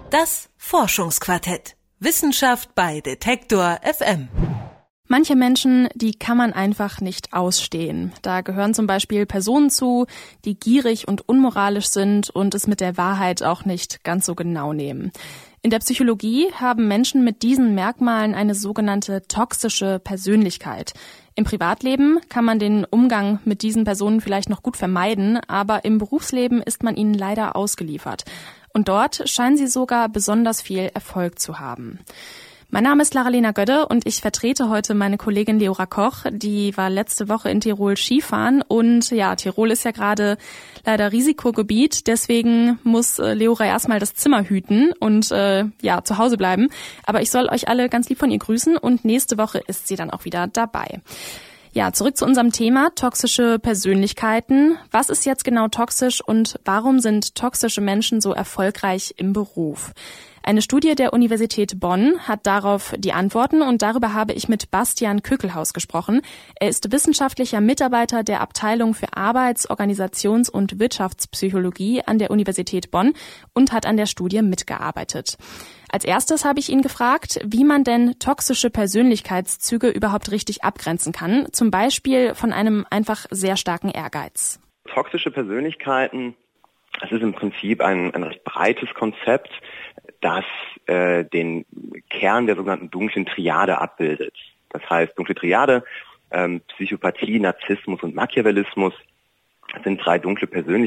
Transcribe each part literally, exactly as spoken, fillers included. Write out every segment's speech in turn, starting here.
Das Forschungsquartett. Wissenschaft bei Detektor F M. Manche Menschen, die kann man einfach nicht ausstehen. Da gehören zum Beispiel Personen zu, die gierig und unmoralisch sind und es mit der Wahrheit auch nicht ganz so genau nehmen. In der Psychologie haben Menschen mit diesen Merkmalen eine sogenannte toxische Persönlichkeit. Im Privatleben kann man den Umgang mit diesen Personen vielleicht noch gut vermeiden, aber im Berufsleben ist man ihnen leider ausgeliefert. Und dort scheinen sie sogar besonders viel Erfolg zu haben. Mein Name ist Lara-Lena Gödde und ich vertrete heute meine Kollegin Leora Koch. Die war letzte Woche in Tirol Skifahren und ja, Tirol ist ja gerade leider Risikogebiet. Deswegen muss äh, Leora erstmal das Zimmer hüten und äh, ja, zu Hause bleiben. Aber ich soll euch alle ganz lieb von ihr grüßen und nächste Woche ist sie dann auch wieder dabei. Ja, zurück zu unserem Thema, toxische Persönlichkeiten. Was ist jetzt genau toxisch und warum sind toxische Menschen so erfolgreich im Beruf? Eine Studie der Universität Bonn hat darauf die Antworten und darüber habe ich mit Bastian Kückelhaus gesprochen. Er ist wissenschaftlicher Mitarbeiter der Abteilung für Arbeits-, Organisations- und Wirtschaftspsychologie an der Universität Bonn und hat an der Studie mitgearbeitet. Als erstes habe ich ihn gefragt, wie man denn toxische Persönlichkeitszüge überhaupt richtig abgrenzen kann, zum Beispiel von einem einfach sehr starken Ehrgeiz. Toxische Persönlichkeiten, das ist im Prinzip ein, ein recht breites Konzept, das äh, den Kern der sogenannten dunklen Triade abbildet. Das heißt, dunkle Triade, ähm, Psychopathie, Narzissmus und Machiavellismus, das sind drei dunkle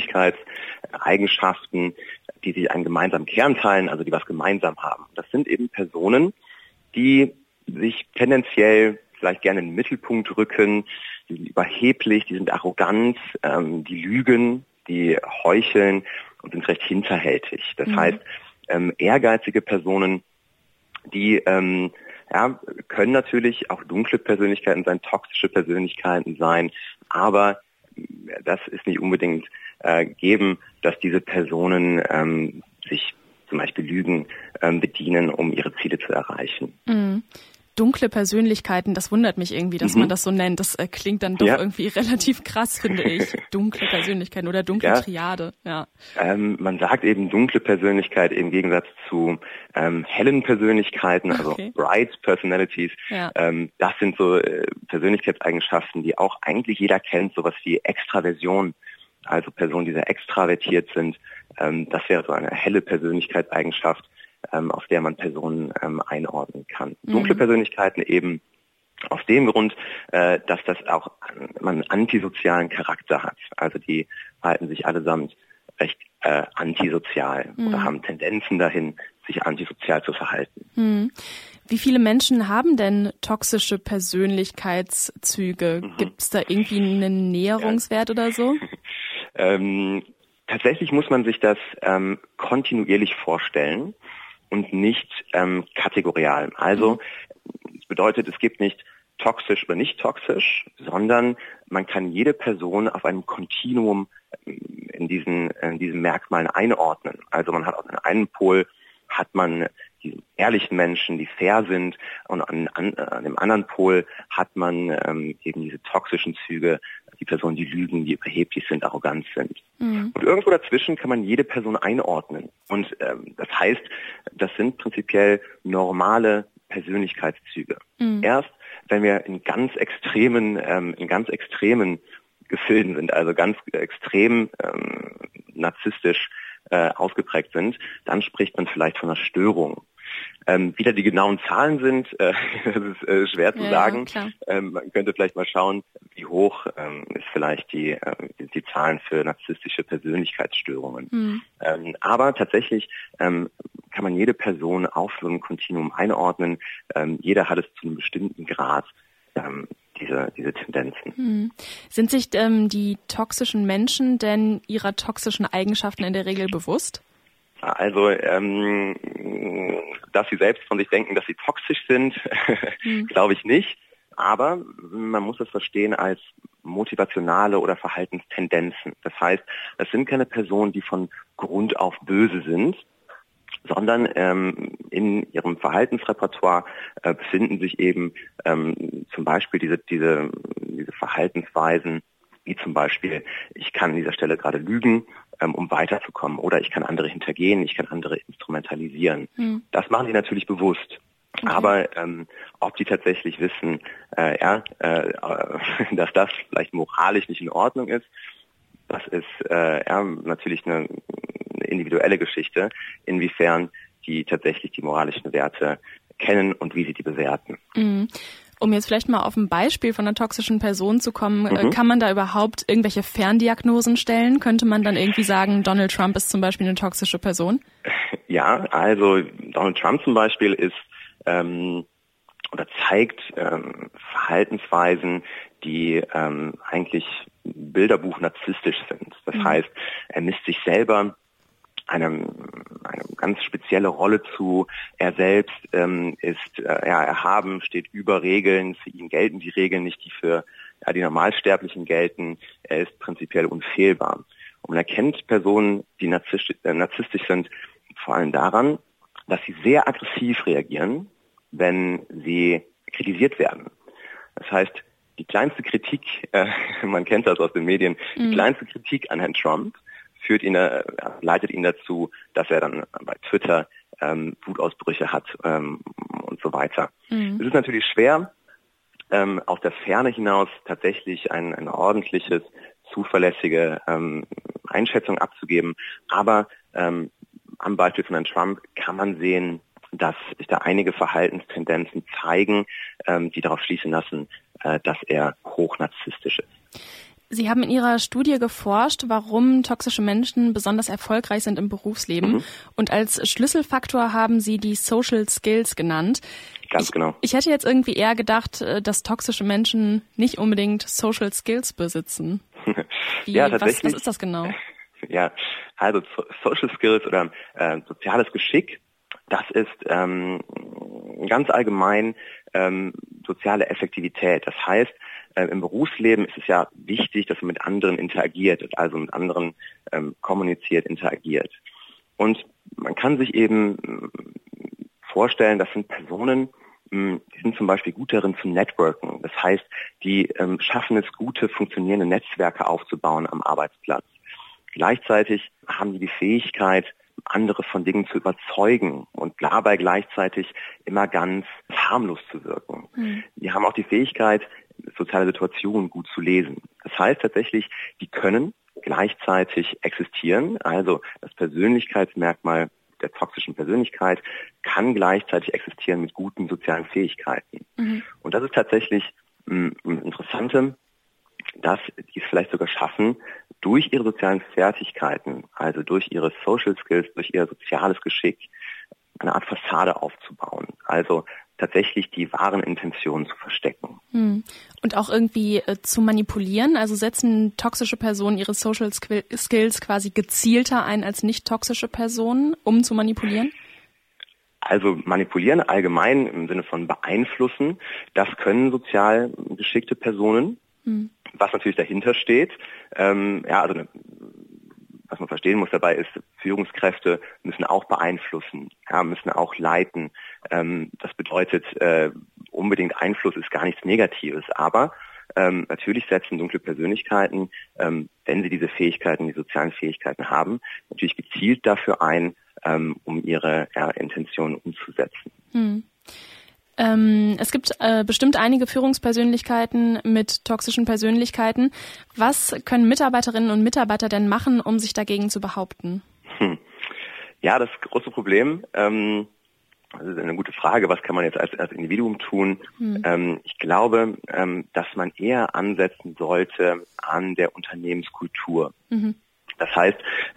Persönlichkeitseigenschaften, die sich einen gemeinsamen Kern teilen, also die was gemeinsam haben. Das sind eben Personen, die sich tendenziell vielleicht gerne in den Mittelpunkt rücken, die sind überheblich, die sind arrogant, ähm, die lügen, die heucheln und sind recht hinterhältig. Das mhm. heißt, ähm, ehrgeizige Personen, die ähm, ja, können natürlich auch dunkle Persönlichkeiten sein, toxische Persönlichkeiten sein, aber das ist nicht unbedingt äh, geben, dass diese Personen ähm, sich zum Beispiel Lügen ähm, bedienen, um ihre Ziele zu erreichen. Mhm. Dunkle Persönlichkeiten, das wundert mich irgendwie, dass mhm. man das so nennt. Das äh, klingt dann doch ja. irgendwie relativ krass, finde ich. Dunkle Persönlichkeiten oder dunkle ja. Triade. Ja. Ähm, man sagt eben dunkle Persönlichkeit im Gegensatz zu ähm, hellen Persönlichkeiten, also okay. bright Personalities. Ja. Ähm, das sind so äh, Persönlichkeitseigenschaften, die auch eigentlich jeder kennt, sowas wie Extraversion. Also Personen, die sehr extravertiert sind. Ähm, das wäre so eine helle Persönlichkeitseigenschaft, Ähm, auf der man Personen ähm, einordnen kann. Mhm. Dunkle Persönlichkeiten eben aus dem Grund, äh, dass das auch an, man einen antisozialen Charakter hat. Also die verhalten sich allesamt recht äh, antisozial mhm. oder haben Tendenzen dahin, sich antisozial zu verhalten. Mhm. Wie viele Menschen haben denn toxische Persönlichkeitszüge? Mhm. Gibt es da irgendwie einen Näherungswert ja. oder so? ähm, tatsächlich muss man sich das ähm, kontinuierlich vorstellen und nicht ähm, kategorial. Also das bedeutet, es gibt nicht toxisch oder nicht toxisch, sondern man kann jede Person auf einem Kontinuum in diesen, in diesen Merkmalen einordnen. Also man hat auf den einen Pol hat man die ehrlichen Menschen, die fair sind, und an, an, an dem anderen Pol hat man ähm, eben diese toxischen Züge, die Personen, die lügen, die überheblich sind, arrogant sind. Mhm. Und irgendwo dazwischen kann man jede Person einordnen. Und ähm, das heißt, das sind prinzipiell normale Persönlichkeitszüge. Mhm. Erst wenn wir in ganz extremen, ähm, in ganz extremen Gefilden sind, also ganz extrem ähm, narzisstisch äh, ausgeprägt sind, dann spricht man vielleicht von einer Störung. Ähm, wie da die genauen Zahlen sind, äh, das ist äh, schwer zu ja, sagen. Ja, ähm, man könnte vielleicht mal schauen, wie hoch ähm, ist vielleicht die, äh, die Zahlen für narzisstische Persönlichkeitsstörungen. Mhm. Ähm, aber tatsächlich ähm, kann man jede Person auf so ein Kontinuum einordnen. Ähm, jeder hat es zu einem bestimmten Grad, ähm, diese, diese Tendenzen. Mhm. Sind sich ähm, die toxischen Menschen denn ihrer toxischen Eigenschaften in der Regel bewusst? Also, ähm, dass sie selbst von sich denken, dass sie toxisch sind, mhm. glaube ich nicht. Aber man muss es verstehen als motivationale oder Verhaltenstendenzen. Das heißt, das sind keine Personen, die von Grund auf böse sind, sondern ähm, in ihrem Verhaltensrepertoire äh, befinden sich eben ähm, zum Beispiel diese, diese, diese Verhaltensweisen, wie zum Beispiel, ich kann an dieser Stelle gerade lügen, ähm, um weiterzukommen. Oder ich kann andere hintergehen, ich kann andere instrumentalisieren. Mhm. Das machen die natürlich bewusst. Okay. Aber ähm, ob die tatsächlich wissen, äh, ja, äh, dass das vielleicht moralisch nicht in Ordnung ist, das ist äh, ja, natürlich eine, eine individuelle Geschichte, inwiefern die tatsächlich die moralischen Werte kennen und wie sie die bewerten. Mhm. Um jetzt vielleicht mal auf ein Beispiel von einer toxischen Person zu kommen, mhm. kann man da überhaupt irgendwelche Ferndiagnosen stellen? Könnte man dann irgendwie sagen, Donald Trump ist zum Beispiel eine toxische Person? Ja, also Donald Trump zum Beispiel ist ähm, oder zeigt ähm, Verhaltensweisen, die ähm, eigentlich Bilderbuch narzisstisch sind. Das mhm. heißt, er misst sich selber eine, eine ganz spezielle Rolle zu. Er selbst ähm, ist äh, ja, erhaben, steht über Regeln. Für ihn gelten die Regeln nicht, die für ja, die Normalsterblichen gelten. Er ist prinzipiell unfehlbar. Und man erkennt Personen, die narzisstisch, äh, narzisstisch sind, vor allem daran, dass sie sehr aggressiv reagieren, wenn sie kritisiert werden. Das heißt, die kleinste Kritik, äh, man kennt das aus den Medien, mhm. die kleinste Kritik an Herrn Trump führt ihn, äh, leitet ihn dazu, dass er dann bei Twitter ähm, Wutausbrüche hat ähm, und so weiter. Mhm. Es ist natürlich schwer, ähm, aus der Ferne hinaus tatsächlich ein, eine ordentliches, zuverlässige ähm, Einschätzung abzugeben, aber ähm, am Beispiel von Herrn Trump kann man sehen, dass sich da einige Verhaltenstendenzen zeigen, ähm, die darauf schließen lassen, äh, dass er hochnarzisstisch ist. Sie haben in Ihrer Studie geforscht, warum toxische Menschen besonders erfolgreich sind im Berufsleben. Mhm. Und als Schlüsselfaktor haben Sie die Social Skills genannt. Ganz ich, genau. Ich hätte jetzt irgendwie eher gedacht, dass toxische Menschen nicht unbedingt Social Skills besitzen. Wie, ja, tatsächlich. Was, was ist das genau? Ja, also Social Skills oder äh, soziales Geschick, das ist ähm, ganz allgemein ähm, soziale Effektivität. Das heißt, äh, im Berufsleben ist es ja wichtig, dass man mit anderen interagiert, also mit anderen ähm, kommuniziert, interagiert. Und man kann sich eben äh, vorstellen, das sind Personen, mh, die sind zum Beispiel gut darin zu networken. Das heißt, die ähm, schaffen es, gute, funktionierende Netzwerke aufzubauen am Arbeitsplatz. Gleichzeitig haben die die Fähigkeit, andere von Dingen zu überzeugen und dabei gleichzeitig immer ganz harmlos zu wirken. Mhm. Die haben auch die Fähigkeit, soziale Situationen gut zu lesen. Das heißt tatsächlich, die können gleichzeitig existieren. Also das Persönlichkeitsmerkmal der toxischen Persönlichkeit kann gleichzeitig existieren mit guten sozialen Fähigkeiten. Mhm. Und das ist tatsächlich ein Interessante, dass die es vielleicht sogar schaffen, durch ihre sozialen Fertigkeiten, also durch ihre Social Skills, durch ihr soziales Geschick, eine Art Fassade aufzubauen. Also tatsächlich die wahren Intentionen zu verstecken. Hm. Und auch irgendwie äh, zu manipulieren? Also setzen toxische Personen ihre Social Skills quasi gezielter ein als nicht toxische Personen, um zu manipulieren? Also manipulieren allgemein im Sinne von beeinflussen, das können sozial geschickte Personen. Hm. Was natürlich dahinter steht, ähm, ja, also was man verstehen muss dabei ist, Führungskräfte müssen auch beeinflussen, ja, müssen auch leiten. Ähm, das bedeutet, äh, unbedingt Einfluss ist gar nichts Negatives, aber ähm, natürlich setzen dunkle Persönlichkeiten, ähm, wenn sie diese Fähigkeiten, die sozialen Fähigkeiten haben, natürlich gezielt dafür ein, ähm, um ihre ja, Intentionen umzusetzen. Hm. Ähm, es gibt äh, bestimmt einige Führungspersönlichkeiten mit toxischen Persönlichkeiten. Was können Mitarbeiterinnen und Mitarbeiter denn machen, um sich dagegen zu behaupten? Hm. Ja, das große Problem, ähm, das ist eine gute Frage, was kann man jetzt als, als Individuum tun? Hm. Ähm, ich glaube, ähm, dass man eher ansetzen sollte an der Unternehmenskultur. Mhm. Das heißt,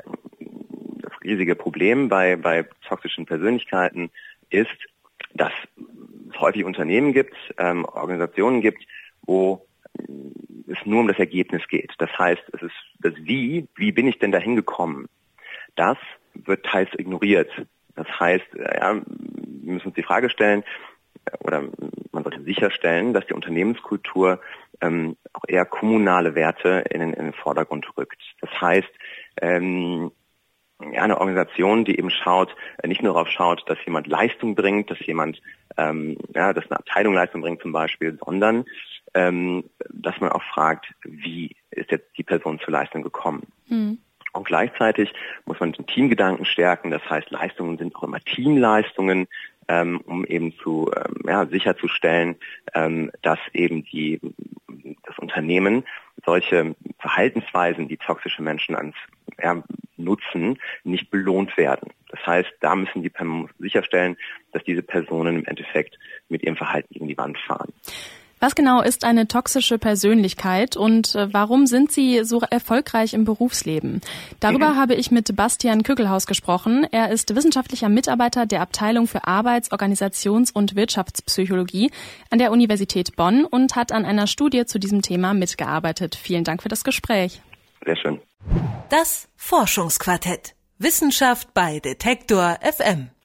das riesige Problem bei, bei toxischen Persönlichkeiten ist, dass es häufig Unternehmen gibt, ähm, Organisationen gibt, wo es nur um das Ergebnis geht. Das heißt, es ist das Wie, wie bin ich denn dahin gekommen? Das wird teils ignoriert. Das heißt, ja, wir müssen uns die Frage stellen, oder man sollte sicherstellen, dass die Unternehmenskultur ähm, auch eher kommunale Werte in den, in den Vordergrund rückt. Das heißt, ähm, ja, eine Organisation, die eben schaut, nicht nur darauf schaut, dass jemand Leistung bringt, dass jemand, ähm, ja, dass eine Abteilung Leistung bringt zum Beispiel, sondern ähm, dass man auch fragt, wie ist jetzt die Person zur Leistung gekommen? Mhm. Und gleichzeitig muss man den Teamgedanken stärken. Das heißt, Leistungen sind auch immer Teamleistungen, ähm, um eben zu ähm, ja, sicherzustellen, ähm, dass eben die das Unternehmen solche Verhaltensweisen, die toxische Menschen ans ja, nutzen, nicht belohnt werden. Das heißt, da müssen die sicherstellen, dass diese Personen im Endeffekt mit ihrem Verhalten gegen die Wand fahren. Was genau ist eine toxische Persönlichkeit und warum sind sie so erfolgreich im Berufsleben? Darüber mhm. habe ich mit Bastian Kückelhaus gesprochen. Er ist wissenschaftlicher Mitarbeiter der Abteilung für Arbeits-, Organisations- und Wirtschaftspsychologie an der Universität Bonn und hat an einer Studie zu diesem Thema mitgearbeitet. Vielen Dank für das Gespräch. Sehr schön. Das Forschungsquartett. Wissenschaft bei Detektor F M.